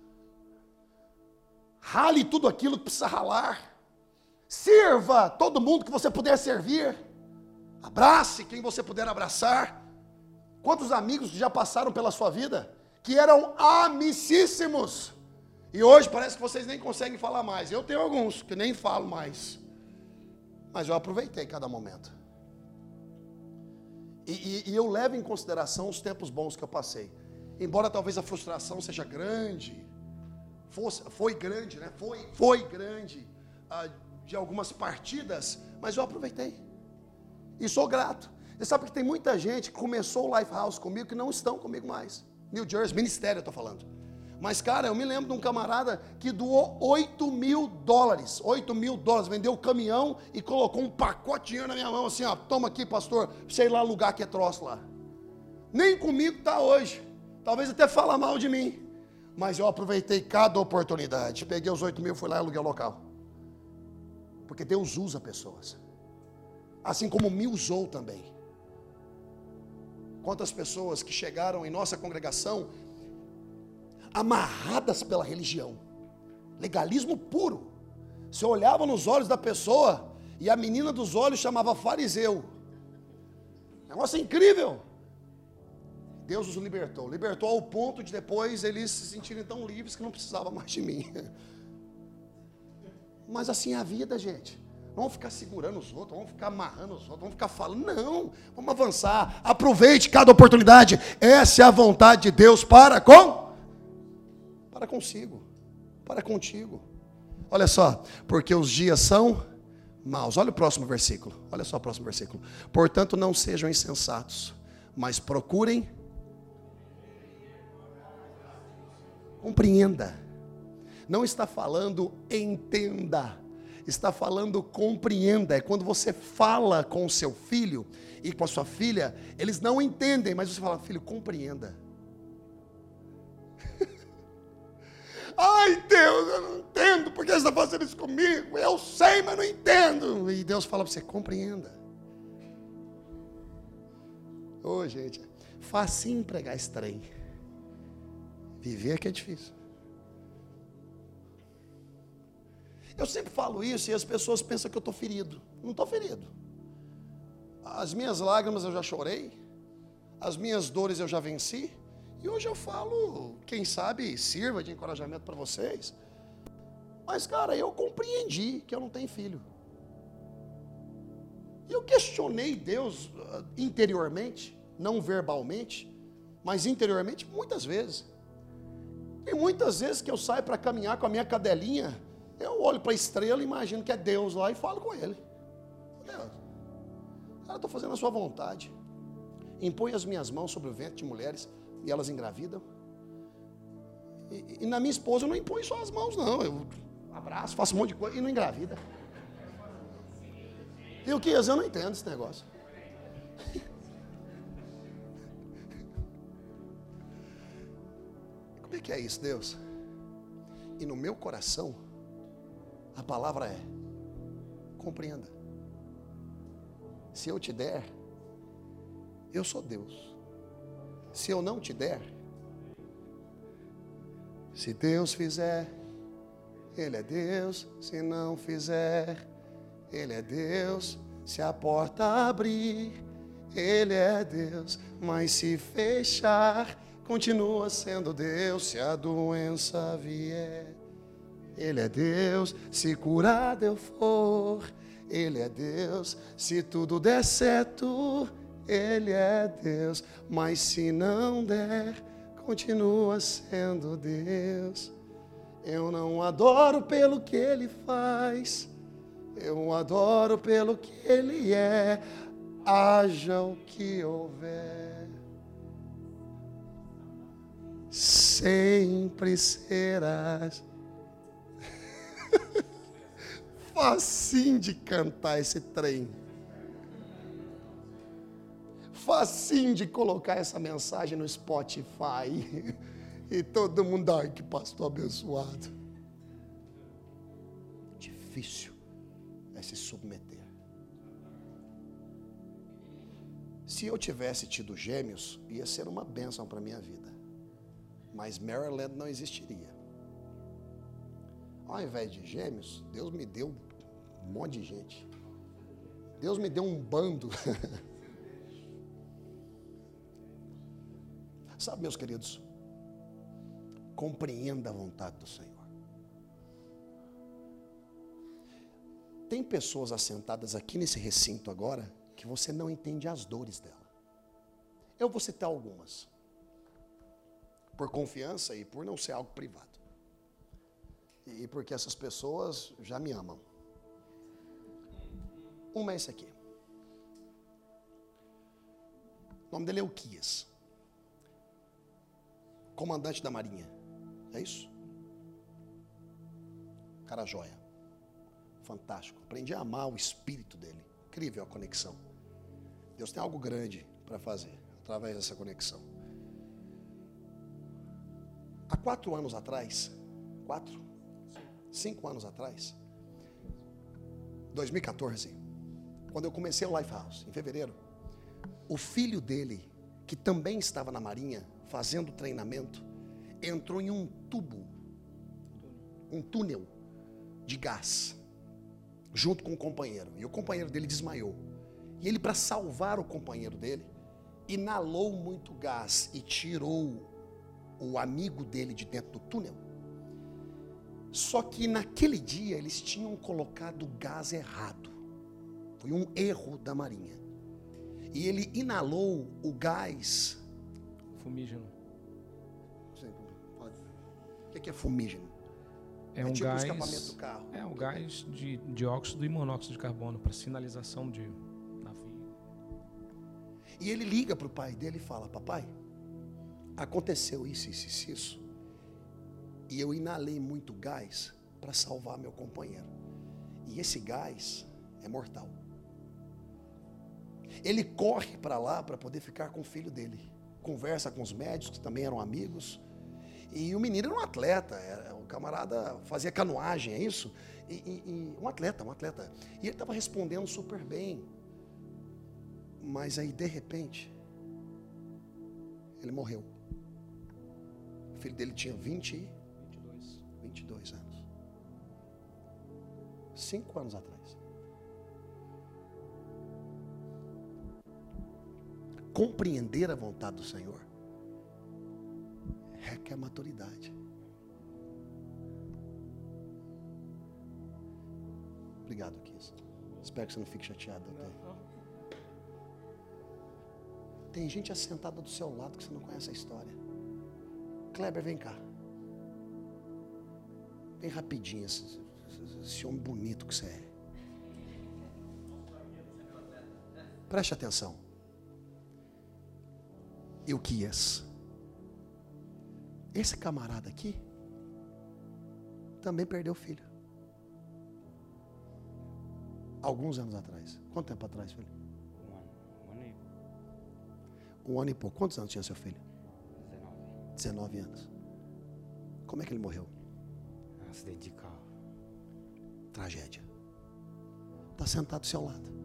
Rale tudo aquilo que precisa ralar. Sirva todo mundo que você puder servir. Abrace quem você puder abraçar. Quantos amigos já passaram pela sua vida que eram amicíssimos e hoje parece que vocês nem conseguem falar mais. Eu tenho alguns que nem falo mais, mas eu aproveitei cada momento. E eu levo em consideração os tempos bons que eu passei. embora talvez a frustração seja grande, foi grande, né? Foi grande de algumas partidas, mas eu aproveitei. E sou grato. Você sabe que tem muita gente que começou o Lifehouse comigo que não estão comigo mais. New Jersey, ministério eu estou falando. Mas, cara, eu me lembro de um camarada que doou $8.000. $8.000, vendeu o caminhão e colocou um pacote de dinheiro na minha mão, assim, ó, toma aqui, pastor, pra você ir lá alugar que é troço lá. Nem comigo está hoje. Talvez até fala mal de mim. Mas eu aproveitei cada oportunidade. Peguei os 8.000, fui lá e aluguei o local. Porque Deus usa pessoas. Assim como me usou também. Quantas pessoas que chegaram em nossa congregação amarradas pela religião. Legalismo puro. Você olhava nos olhos da pessoa e a menina dos olhos chamava fariseu. Negócio incrível. Deus os libertou. Libertou ao ponto de depois eles se sentirem tão livres que não precisava mais de mim. Mas assim é a vida, gente. Não vamos ficar segurando os outros, vamos ficar amarrando os outros, vamos ficar falando. Não, vamos avançar. Aproveite cada oportunidade. Essa é a vontade de Deus para consigo, para contigo. Olha só, porque os dias são maus. Olha o próximo versículo. Olha só o próximo versículo. Portanto, não sejam insensatos, mas procurem. Compreenda. Não está falando entenda. Está falando compreenda. É quando você fala com o seu filho e com a sua filha, eles não entendem, mas você fala, filho, compreenda. Ai, Deus, eu não entendo porque você está fazendo isso comigo. Eu sei, mas não entendo. E Deus fala para você, compreenda. Ô, gente, facinho pregar esse trem. Viver que é difícil. Eu sempre falo isso e as pessoas pensam que eu estou ferido. Não estou ferido. As minhas lágrimas eu já chorei. As minhas dores eu já venci. E hoje eu falo, quem sabe, sirva de encorajamento para vocês. Mas, cara, eu compreendi que eu não tenho filho. E eu questionei Deus interiormente, não verbalmente, mas interiormente muitas vezes. E muitas vezes que eu saio para caminhar com a minha cadelinha, eu olho para a estrela e imagino que é Deus lá e falo com ele. Deus, cara, eu estou fazendo a sua vontade. Impõe as minhas mãos sobre o ventre de mulheres e elas engravidam. E na minha esposa eu não imponho só as mãos, não. Eu abraço, faço um monte de coisa e não engravida. E o que? Eu não entendo esse negócio. Como é que é isso, Deus? E no meu coração, a palavra é: compreenda. Se eu te der, eu sou Deus. Se eu não te der, se Deus fizer, Ele é Deus. Se não fizer, Ele é Deus. Se a porta abrir, Ele é Deus. Mas se fechar, continua sendo Deus. Se a doença vier, Ele é Deus. Se curado eu for, Ele é Deus. Se tudo der certo, Ele é Deus. Mas se não der, continua sendo Deus. Eu não adoro pelo que Ele faz, eu adoro pelo que Ele é. Haja o que houver, sempre serás. Facinho de cantar esse trem. Facinho de colocar essa mensagem no Spotify. E todo mundo, ai, que pastor abençoado. Difícil é se submeter. Se eu tivesse tido gêmeos, ia ser uma bênção para a minha vida. Mas Maryland não existiria. Ao invés de gêmeos, Deus me deu um monte de gente. Deus me deu um bando. Sabe, meus queridos, compreenda a vontade do Senhor. Tem pessoas assentadas aqui nesse recinto agora que você não entende as dores dela. Eu vou citar algumas. por confiança e por não ser algo privado. E porque essas pessoas já me amam. Uma é esse aqui. O nome dele é Uquias. Comandante da Marinha. É isso? Cara joia. Fantástico. Aprendi a amar o espírito dele. Incrível a conexão. Deus tem algo grande para fazer através dessa conexão. Há 4 anos atrás, 5 anos atrás, 2014, quando eu comecei o Lifehouse, em fevereiro, o filho dele, que também estava na Marinha, fazendo treinamento, entrou em um túnel de gás, junto com o companheiro. E o companheiro dele desmaiou. E ele, para salvar o companheiro dele, inalou muito gás e tirou o amigo dele de dentro do túnel. Só que naquele dia eles tinham colocado o gás errado. Foi um erro da Marinha. E ele inalou o gás. Fumígeno. O que é fumígeno? É um tipo gás. O escapamento do carro. É um gás de dióxido e monóxido de carbono para sinalização de navio. E ele liga para o pai dele e fala: papai, aconteceu isso, isso, isso, isso. E eu inalei muito gás para salvar meu companheiro. E esse gás é mortal. Ele corre para lá para poder ficar com o filho dele. Conversa com os médicos, que também eram amigos. E o menino era um atleta. O camarada fazia canoagem, é isso? Um atleta. E ele estava respondendo super bem. Mas aí, de repente, ele morreu. O filho dele tinha 22 anos. 5 anos atrás. Compreender a vontade do Senhor requer maturidade. Obrigado, Kiss. Espero que você não fique chateado, ok? Tem gente assentada do seu lado que você não conhece a história. Kleber, vem cá. Bem rapidinho, esse homem bonito que você é. Preste atenção. Euquias. Esse camarada aqui também perdeu o filho. Alguns anos atrás. Quanto tempo atrás, filho? 1 ano e pouco. Quantos anos tinha seu filho? 19 anos. Como é que ele morreu? Acidente de carro. Tragédia. Está sentado do seu lado.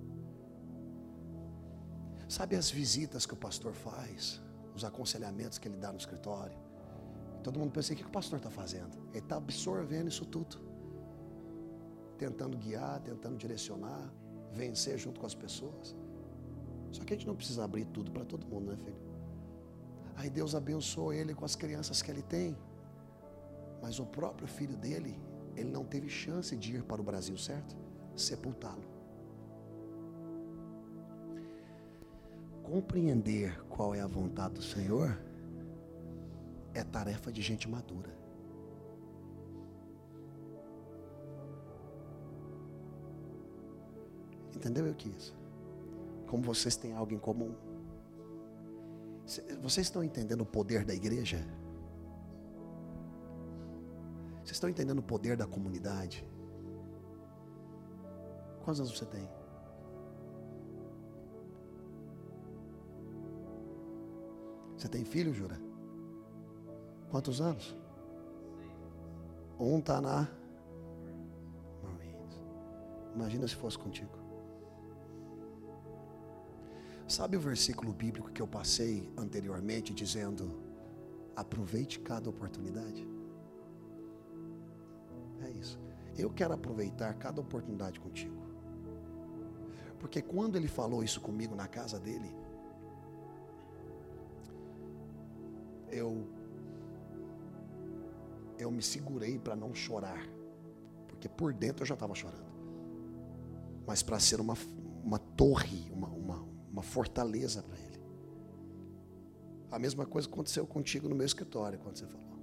Sabe as visitas que o pastor faz? Os aconselhamentos que ele dá no escritório? Todo mundo pensa: o que o pastor está fazendo? Ele está absorvendo isso tudo. Tentando guiar, tentando direcionar, vencer junto com as pessoas. Só que a gente não precisa abrir tudo para todo mundo, né, filho? Aí Deus abençoou ele com as crianças que ele tem. Mas o próprio filho dele, ele não teve chance de ir para o Brasil, certo? Sepultá-lo. Compreender qual é a vontade do Senhor é tarefa de gente madura. Entendeu, Euquias? Como vocês têm algo em comum. Vocês estão entendendo o poder da igreja? Vocês estão entendendo o poder da comunidade? Quantos anos você tem? Você tem filho, Jura? Quantos anos? Um está na Marines. Imagina se fosse contigo. Sabe o versículo bíblico que eu passei anteriormente dizendo: aproveite cada oportunidade? É isso. Eu quero aproveitar cada oportunidade contigo. Porque quando ele falou isso comigo na casa dele, eu me segurei para não chorar. Porque por dentro eu já estava chorando. Mas para ser uma torre, uma fortaleza para ele. A mesma coisa aconteceu contigo no meu escritório, quando você falou.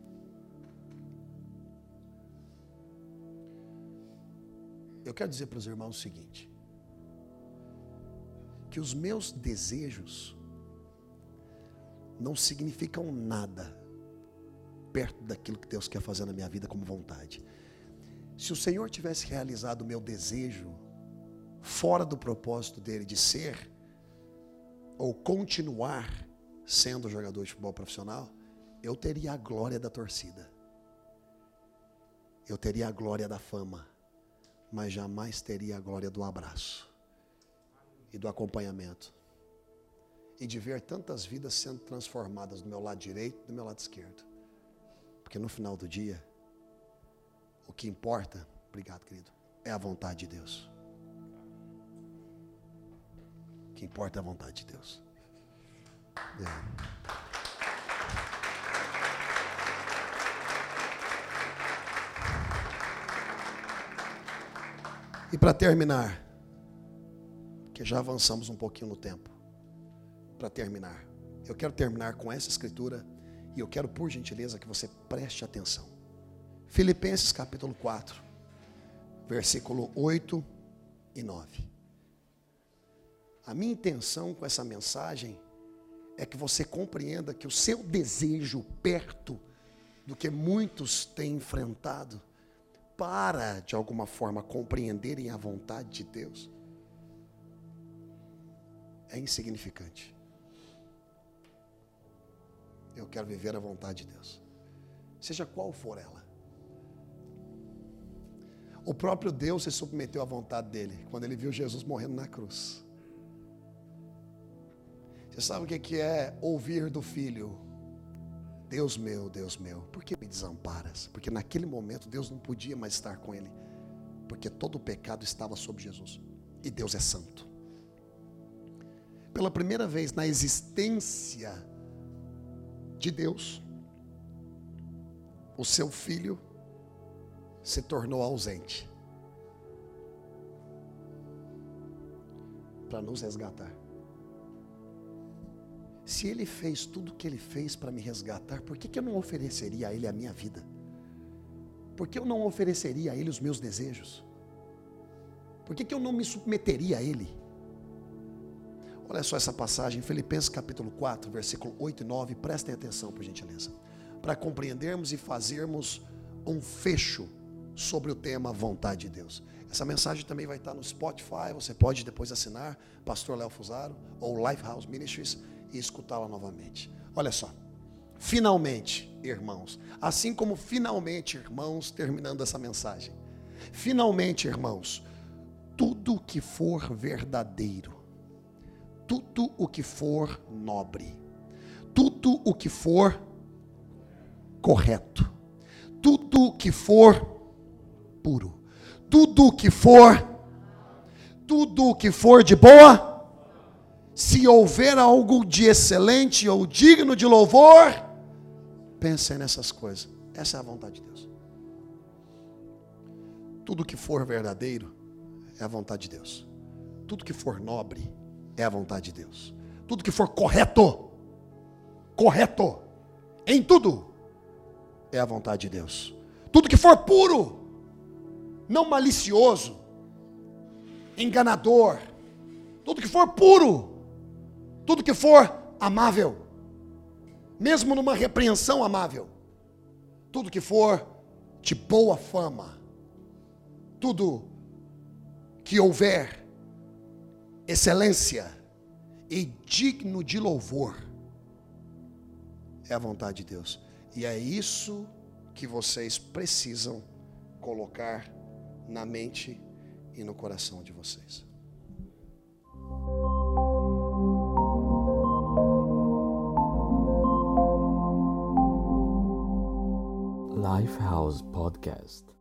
Eu quero dizer para os irmãos o seguinte: que os meus desejos não significam nada perto daquilo que Deus quer fazer na minha vida como vontade. Se o Senhor tivesse realizado o meu desejo fora do propósito dele de ser ou continuar sendo jogador de futebol profissional, eu teria a glória da torcida, eu teria a glória da fama, mas jamais teria a glória do abraço e do acompanhamento e de ver tantas vidas sendo transformadas do meu lado direito e do meu lado esquerdo. Porque no final do dia, o que importa, obrigado querido, é a vontade de Deus. O que importa é a vontade de Deus. E para terminar, que já avançamos um pouquinho no tempo, para terminar, eu quero terminar com essa escritura e eu quero, por gentileza, que você preste atenção. Filipenses capítulo 4, versículo 8 e 9. A minha intenção com essa mensagem é que você compreenda que o seu desejo perto do que muitos têm enfrentado, para, de alguma forma, compreenderem a vontade de Deus, é insignificante. Eu quero viver a vontade de Deus, seja qual for ela. O próprio Deus se submeteu à vontade dele, quando ele viu Jesus morrendo na cruz. Você sabe o que é ouvir do Filho: Deus meu, por que me desamparas? Porque naquele momento Deus não podia mais estar com ele, porque todo o pecado estava sobre Jesus, e Deus é santo. Pela primeira vez na existência de Deus, o seu Filho se tornou ausente para nos resgatar. Se ele fez tudo o que ele fez para me resgatar, por que eu não ofereceria a ele a minha vida? Por que eu não ofereceria a ele os meus desejos? Por que eu não me submeteria a ele? Olha só essa passagem, Filipenses capítulo 4, versículo 8 e 9, prestem atenção por gentileza, para compreendermos e fazermos um fecho sobre o tema vontade de Deus. Essa mensagem também vai estar no Spotify, você pode depois assinar, Pastor Léo Fusaro, ou Lifehouse Ministries, e escutá-la novamente. Olha só, finalmente, irmãos, assim como finalmente, irmãos, terminando essa mensagem, finalmente, irmãos, tudo o que for verdadeiro, tudo o que for nobre, tudo o que for correto, tudo o que for puro, tudo o que for de boa, se houver algo de excelente ou digno de louvor, pensem nessas coisas. Essa é a vontade de Deus. Tudo que for verdadeiro é a vontade de Deus. Tudo que for nobre é a vontade de Deus. Tudo que for correto, em tudo, é a vontade de Deus. Tudo que for puro, não malicioso, enganador, tudo que for puro, tudo que for amável, mesmo numa repreensão amável, tudo que for de boa fama, tudo que houver excelência e digno de louvor, é a vontade de Deus. E é isso que vocês precisam colocar na mente e no coração de vocês. Lifehouse Podcast.